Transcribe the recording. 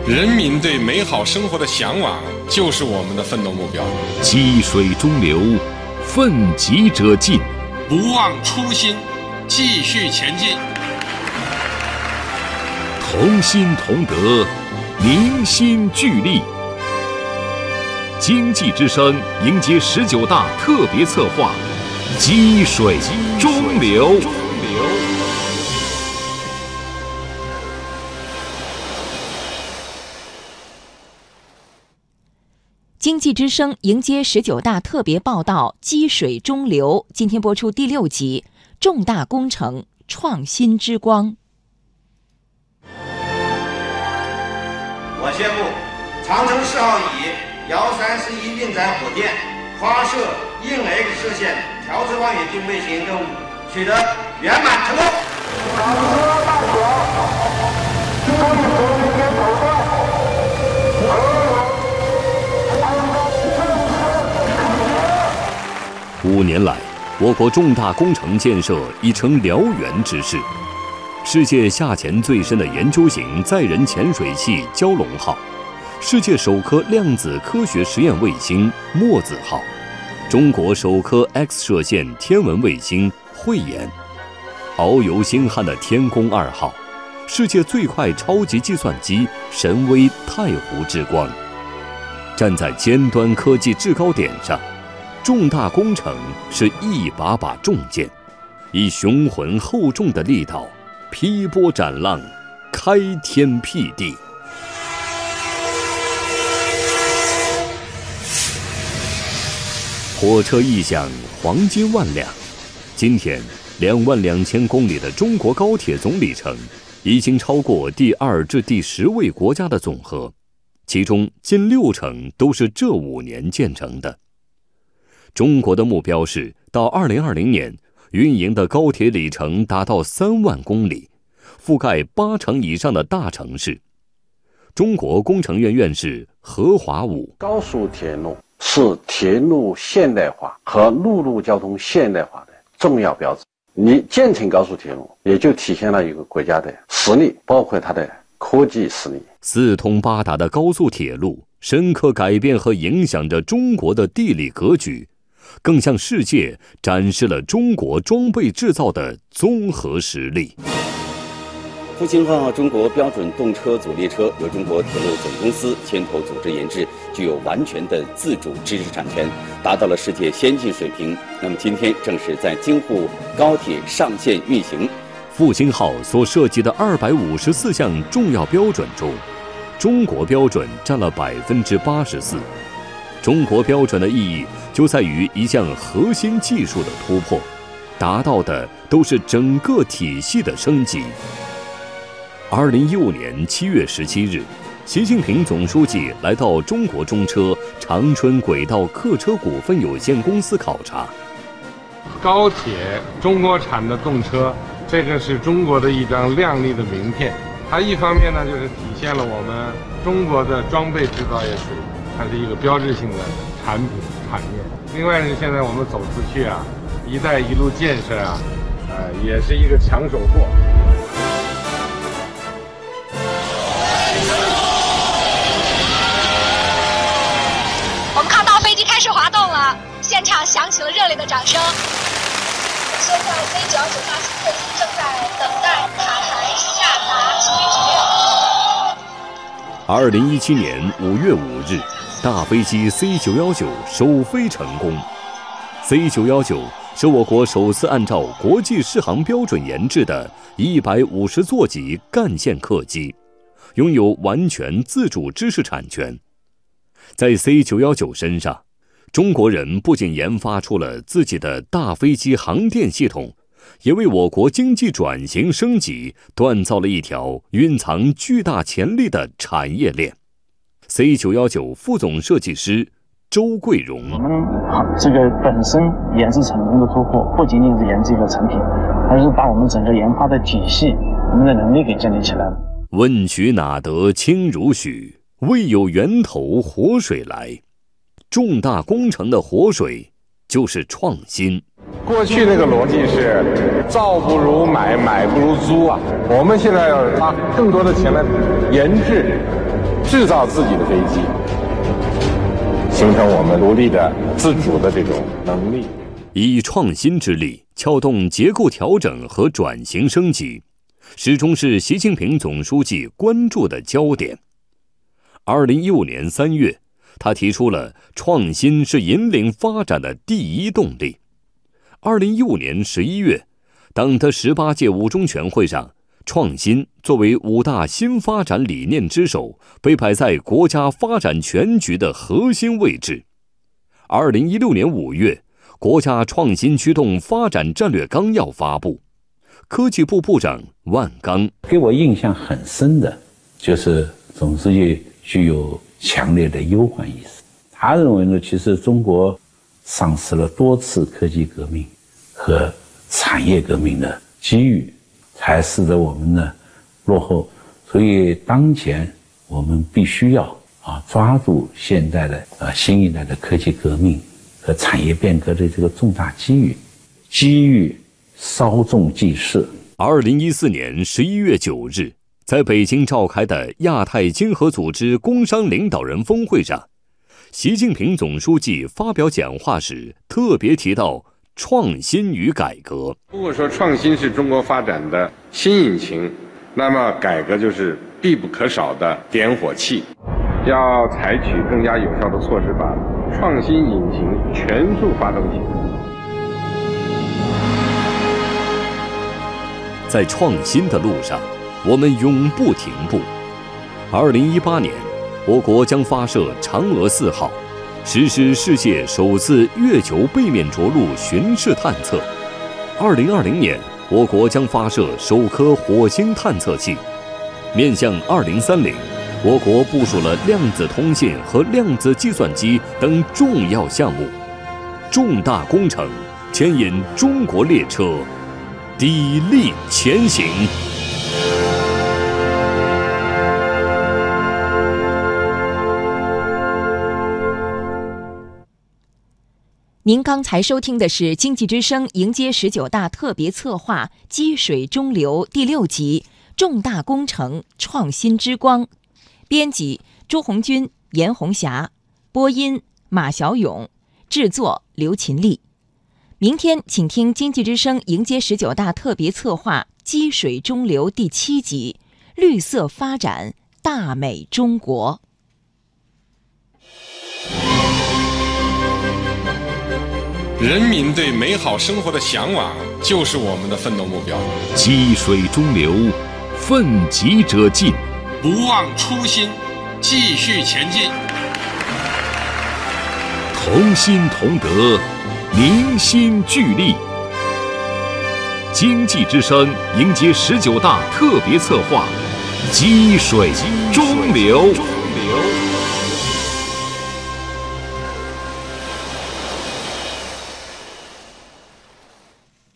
人民对美好生活的向往就是我们的奋斗目标。 积水中流，奋楫者进， 不忘初心，继续前进。 同心同德，凝心聚力。经济之声迎接19大特别策划，积水中流。 经济之声迎接19大特别报道，积水中流。今天播出第6集，重大工程，创新之光。 我宣布，长城4号乙遥31运载火箭发射硬 X 射线调制望远镜卫星任务取得圆满成功。 5年来，我国重大工程建设已成燎原之势。世界下潜最深的研究型载人潜水器蛟龙号，世界首颗量子科学实验卫星墨子号，中国首颗 X 射线天文卫星慧眼，遨游星汉的天宫2号，世界最快超级计算机神威太湖之光。站在尖端科技制高点上，重大工程是一把把重剑，以雄浑厚重的力道劈波斩浪，开天辟地。火车一响，黄金万两。今天22000公里的中国高铁总里程已经超过第2至第10位国家的总和，其中近60%都是这5年建成的。中国的目标是到2020年运营的高铁里程达到3万公里，覆盖80%以上的大城市。中国工程院院士何华武： 高速铁路是铁路现代化和陆路交通现代化的重要标志。你建成高速铁路，也就体现了一个国家的实力，包括它的科技实力。 4通8达的高速铁路深刻改变和影响着中国的地理格局，更向世界展示了中国装备制造的综合实力。 复兴号中国标准动车组列车由中国铁路总公司牵头组织研制，具有完全的自主知识产权，达到了世界先进水平。那么今天正是在京沪高铁上线运行。 复兴号所涉及的254项重要标准中，中国标准占了84%。中国标准的意义就在于一项核心技术的突破，达到的都是整个体系的升级。2015年7月17日，习近平总书记来到中国中车长春轨道客车股份有限公司考察。 高铁中国产的动车，这个是中国的一张亮丽的名片。它一方面呢，就是体现了我们中国的装备制造业水平，它是一个标志性的产品产业。另外是现在我们走出去啊，一带一路建设啊，也是一个抢手货。 我们看到飞机开始滑动了，现场响起了热烈的掌声。现在C929大型客机正在等待塔台下达起飞指令。 2017年5月5日，大飞机 C919 首飞成功。C919 是我国首次按照国际适航标准研制的150座级干线客机，拥有完全自主知识产权。在 C919 身上，中国人不仅研发出了自己的大飞机航电系统，也为我国经济转型升级锻造了一条蕴藏巨大潜力的产业链。C919 副总设计师周桂荣： 我们这个本身研制成功的突破，不仅仅是研制一个成品，而是把我们整个研发的体系、我们的能力给建立起来了。 问渠哪得清如许，为有源头活水来。重大工程的活水就是创新。 过去那个逻辑是造不如买，买不如租啊。我们现在要花更多的钱来研制， 制造自己的飞机，形成我们独立的、自主的这种能力。 以创新之力撬动结构调整和转型升级，始终是习近平总书记关注的焦点。2015年3月，他提出了创新是引领发展的第一动力。2015年11月，党的18届五中全会上，创新作为5大新发展理念之首，被摆在国家发展全局的核心位置。2016年5月，国家创新驱动发展战略纲要发布，科技部部长万钢给我印象很深的就是总书记具有强烈的忧患意识。他认为呢，其实中国丧失了多次科技革命和产业革命的机遇，才使得我们呢落后。所以当前我们必须要抓住现在的新一代的科技革命和产业变革的这个重大机遇稍纵即逝。 2014年11月9日，在北京召开的亚太经合组织工商领导人峰会上，习近平总书记发表讲话时特别提到创新与改革。 如果说创新是中国发展的新引擎，那么改革就是必不可少的点火器。要采取更加有效的措施，把创新引擎全速发动起来。 在创新的路上，我们永不停步。2018年，我国将发射嫦娥4号，实施世界首次月球背面着陆巡视探测。2020年，我国将发射首颗火星探测器。面向2030，我国部署了量子通信和量子计算机等重要项目，重大工程牵引中国列车砥砺前行。 您刚才收听的是经济之声迎接19大特别策划《积水中流》第6集重大工程创新之光，编辑朱红军、严红霞，播音马小勇，制作刘勤力。明天请听经济之声迎接19大特别策划《积水中流》第7集绿色发展大美中国。 人民对美好生活的向往就是我们的奋斗目标。 积水中流，奋楫者进， 不忘初心，继续前进。 同心同德，凝心聚力。经济之声迎接19大特别策划《积水中流》。